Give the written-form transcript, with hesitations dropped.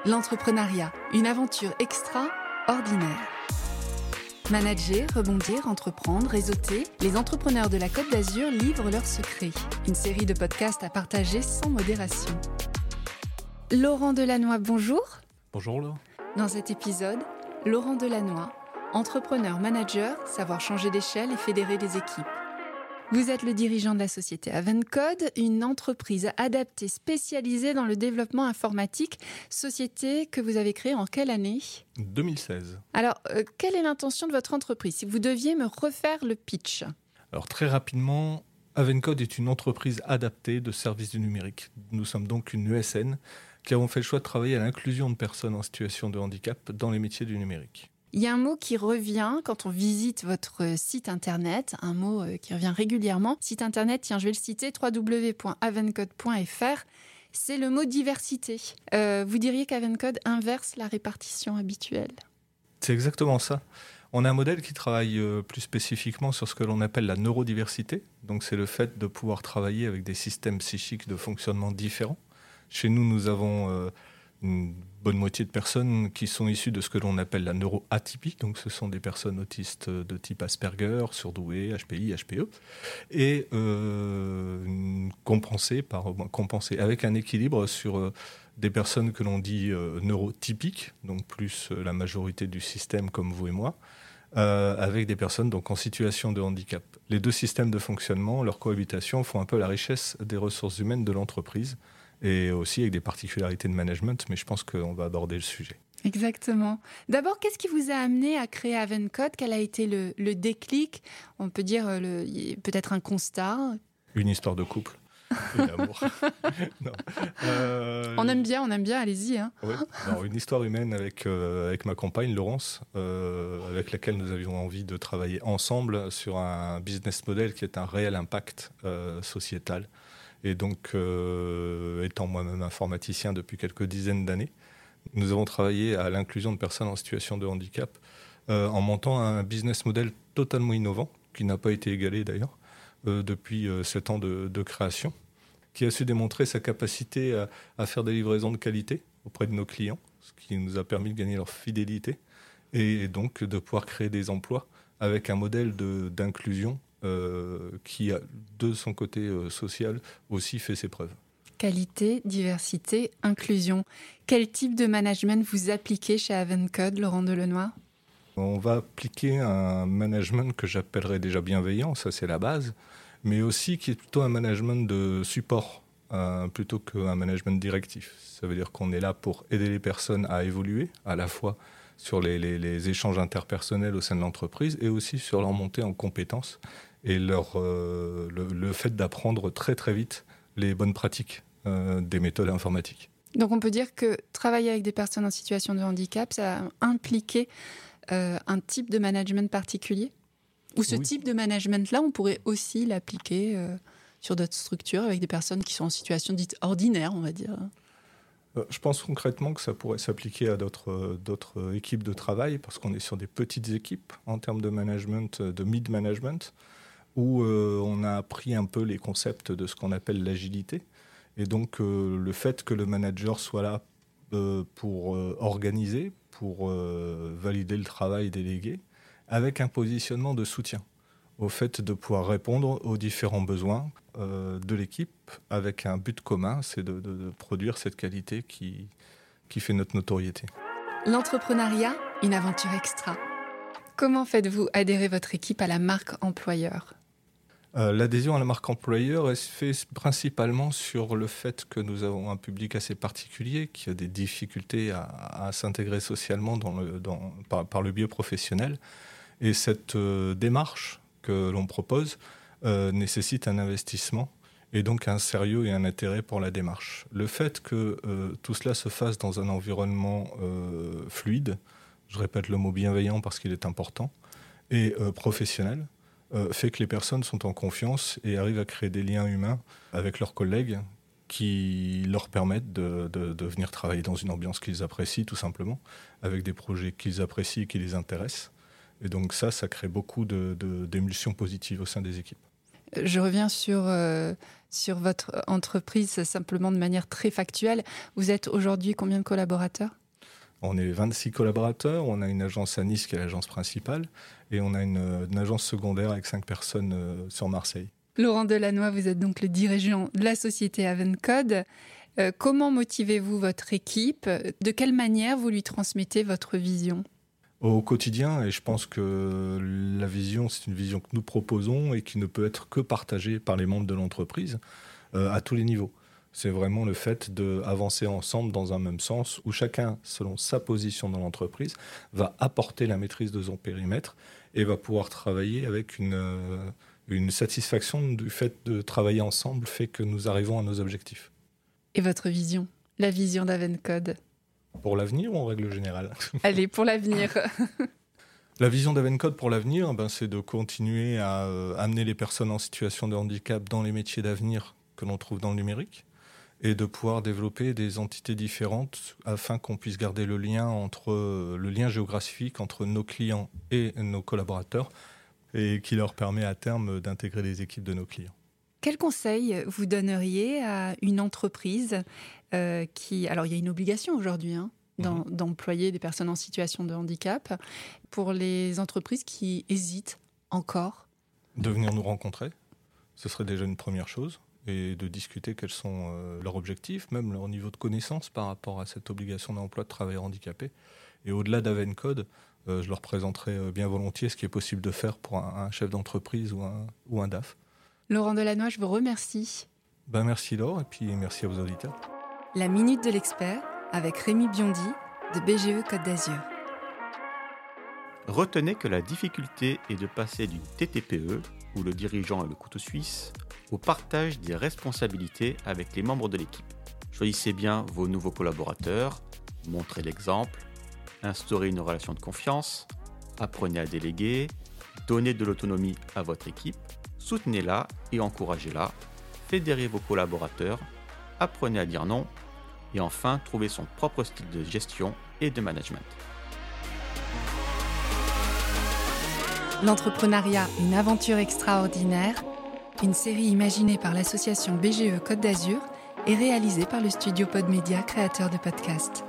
L'entrepreneuriat, une aventure extraordinaire. Manager, rebondir, entreprendre, réseauter, les entrepreneurs de la Côte d'Azur livrent leurs secrets. Une série de podcasts à partager sans modération. Laurent Delannoy, bonjour. Bonjour Laure. Dans cet épisode, Laurent Delannoy, entrepreneur, manager, savoir changer d'échelle et fédérer des équipes. Vous êtes le dirigeant de la société Avencode, une entreprise adaptée, spécialisée dans le développement informatique, société que vous avez créée en quelle année ? 2016. Alors, quelle est l'intention de votre entreprise ? Si vous deviez me refaire le pitch. Alors très rapidement, Avencode est une entreprise adaptée de services du numérique. Nous sommes donc une ESN qui avons fait le choix de travailler à l'inclusion de personnes en situation de handicap dans les métiers du numérique. Il y a un mot qui revient quand on visite votre site internet, un mot qui revient régulièrement. Site internet, tiens, je vais le citer, www.avencode.fr. C'est le mot diversité. Vous diriez qu'Avencode inverse la répartition habituelle ? C'est exactement ça. On a un modèle qui travaille plus spécifiquement sur ce que l'on appelle la neurodiversité. Donc c'est le fait de pouvoir travailler avec des systèmes psychiques de fonctionnement différents. Chez nous, nous avons une bonne moitié de personnes qui sont issues de ce que l'on appelle la neuroatypie. Donc ce sont des personnes autistes de type Asperger, surdouées, HPI, HPE. Et compensées avec un équilibre sur des personnes que l'on dit neurotypiques, donc plus la majorité du système comme vous et moi, avec des personnes donc en situation de handicap. Les deux systèmes de fonctionnement, leur cohabitation, font un peu la richesse des ressources humaines de l'entreprise, et aussi avec des particularités de management, mais je pense qu'on va aborder le sujet. Exactement. D'abord, qu'est-ce qui vous a amené à créer Avencode ? Quel a été le déclic ? On peut dire peut-être un constat ? Une histoire de couple et d'amour. On aime bien, allez-y. Hein. Oui. Alors, une histoire humaine avec ma compagne Laurence, avec laquelle nous avions envie de travailler ensemble sur un business model qui est un réel impact sociétal. Et donc, étant moi-même informaticien depuis quelques dizaines d'années, nous avons travaillé à l'inclusion de personnes en situation de handicap en montant un business model totalement innovant, qui n'a pas été égalé d'ailleurs, depuis 7 ans de création, qui a su démontrer sa capacité à faire des livraisons de qualité auprès de nos clients, ce qui nous a permis de gagner leur fidélité, et donc de pouvoir créer des emplois avec un modèle d'inclusion qui, de son côté social, aussi fait ses preuves. Qualité, diversité, inclusion. Quel type de management vous appliquez chez Avencode, Laurent Delannoy ? On va appliquer un management que j'appellerais déjà bienveillant, ça c'est la base, mais aussi qui est plutôt un management de support, plutôt qu'un management directif. Ça veut dire qu'on est là pour aider les personnes à évoluer, à la fois sur les échanges interpersonnels au sein de l'entreprise et aussi sur leur montée en compétences et le fait d'apprendre très très vite les bonnes pratiques des méthodes informatiques. Donc on peut dire que travailler avec des personnes en situation de handicap, ça a impliqué un type de management particulier ? Ou ce type de management-là, on pourrait aussi l'appliquer sur d'autres structures avec des personnes qui sont en situation dite ordinaire, on va dire ? Je pense concrètement que ça pourrait s'appliquer à d'autres équipes de travail, parce qu'on est sur des petites équipes en termes de management, de mid-management, où on a appris un peu les concepts de ce qu'on appelle l'agilité. Et donc le fait que le manager soit là pour organiser, pour valider le travail délégué, avec un positionnement de soutien au fait de pouvoir répondre aux différents besoins de l'équipe avec un but commun, c'est de produire cette qualité qui fait notre notoriété. L'entrepreneuriat, une aventure extra. Comment faites-vous adhérer votre équipe à la marque employeur ? L'adhésion à la marque employeur, elle se fait principalement sur le fait que nous avons un public assez particulier qui a des difficultés à s'intégrer socialement par le biais professionnel. Et cette démarche que l'on propose nécessite un investissement et donc un sérieux et un intérêt pour la démarche. Le fait que tout cela se fasse dans un environnement fluide, je répète le mot bienveillant parce qu'il est important, et professionnel, fait que les personnes sont en confiance et arrivent à créer des liens humains avec leurs collègues qui leur permettent de venir travailler dans une ambiance qu'ils apprécient tout simplement, avec des projets qu'ils apprécient et qui les intéressent. Et donc ça crée beaucoup d'émulsions positives au sein des équipes. Je reviens sur votre entreprise simplement de manière très factuelle. Vous êtes aujourd'hui combien de collaborateurs ? On est 26 collaborateurs, on a une agence à Nice qui est l'agence principale et on a une agence secondaire avec 5 personnes sur Marseille. Laurent Delannoy, vous êtes donc le dirigeant de la société Havencode. Comment motivez-vous votre équipe ? De quelle manière vous lui transmettez votre vision ? Au quotidien, et je pense que la vision, c'est une vision que nous proposons et qui ne peut être que partagée par les membres de l'entreprise à tous les niveaux. C'est vraiment le fait d'avancer ensemble dans un même sens où chacun, selon sa position dans l'entreprise, va apporter la maîtrise de son périmètre et va pouvoir travailler avec une satisfaction du fait de travailler ensemble fait que nous arrivons à nos objectifs. Et votre vision ? La vision d'Havencode ? Pour l'avenir ou en règle générale ? Allez, pour l'avenir. La vision d'Havencode pour l'avenir, c'est de continuer à amener les personnes en situation de handicap dans les métiers d'avenir que l'on trouve dans le numérique et de pouvoir développer des entités différentes afin qu'on puisse garder le lien géographique entre nos clients et nos collaborateurs et qui leur permet à terme d'intégrer les équipes de nos clients. Quel conseil vous donneriez à une entreprise qui... Alors, il y a une obligation aujourd'hui d'employer des personnes en situation de handicap. Pour les entreprises qui hésitent encore ? De venir nous rencontrer, ce serait déjà une première chose, et de discuter quels sont leurs objectifs, même leur niveau de connaissance par rapport à cette obligation d'emploi de travailleurs handicapés. Et au-delà d'Havencode, je leur présenterai bien volontiers ce qui est possible de faire pour un chef d'entreprise ou un DAF. Laurent Delannoy, je vous remercie. Merci Laure, et puis merci à vos auditeurs. La Minute de l'Expert avec Rémi Biondi de BGE Côte d'Azur. Retenez que la difficulté est de passer du TTPE, où le dirigeant est le couteau suisse, au partage des responsabilités avec les membres de l'équipe. Choisissez bien vos nouveaux collaborateurs, montrez l'exemple, instaurez une relation de confiance, apprenez à déléguer, donnez de l'autonomie à votre équipe, soutenez-la et encouragez-la, fédérez vos collaborateurs, apprenez à dire non et enfin trouvez son propre style de gestion et de management. L'entrepreneuriat, une aventure extraordinaire, une série imaginée par l'association BGE Côte d'Azur et réalisée par le studio Podmedia, créateur de podcasts.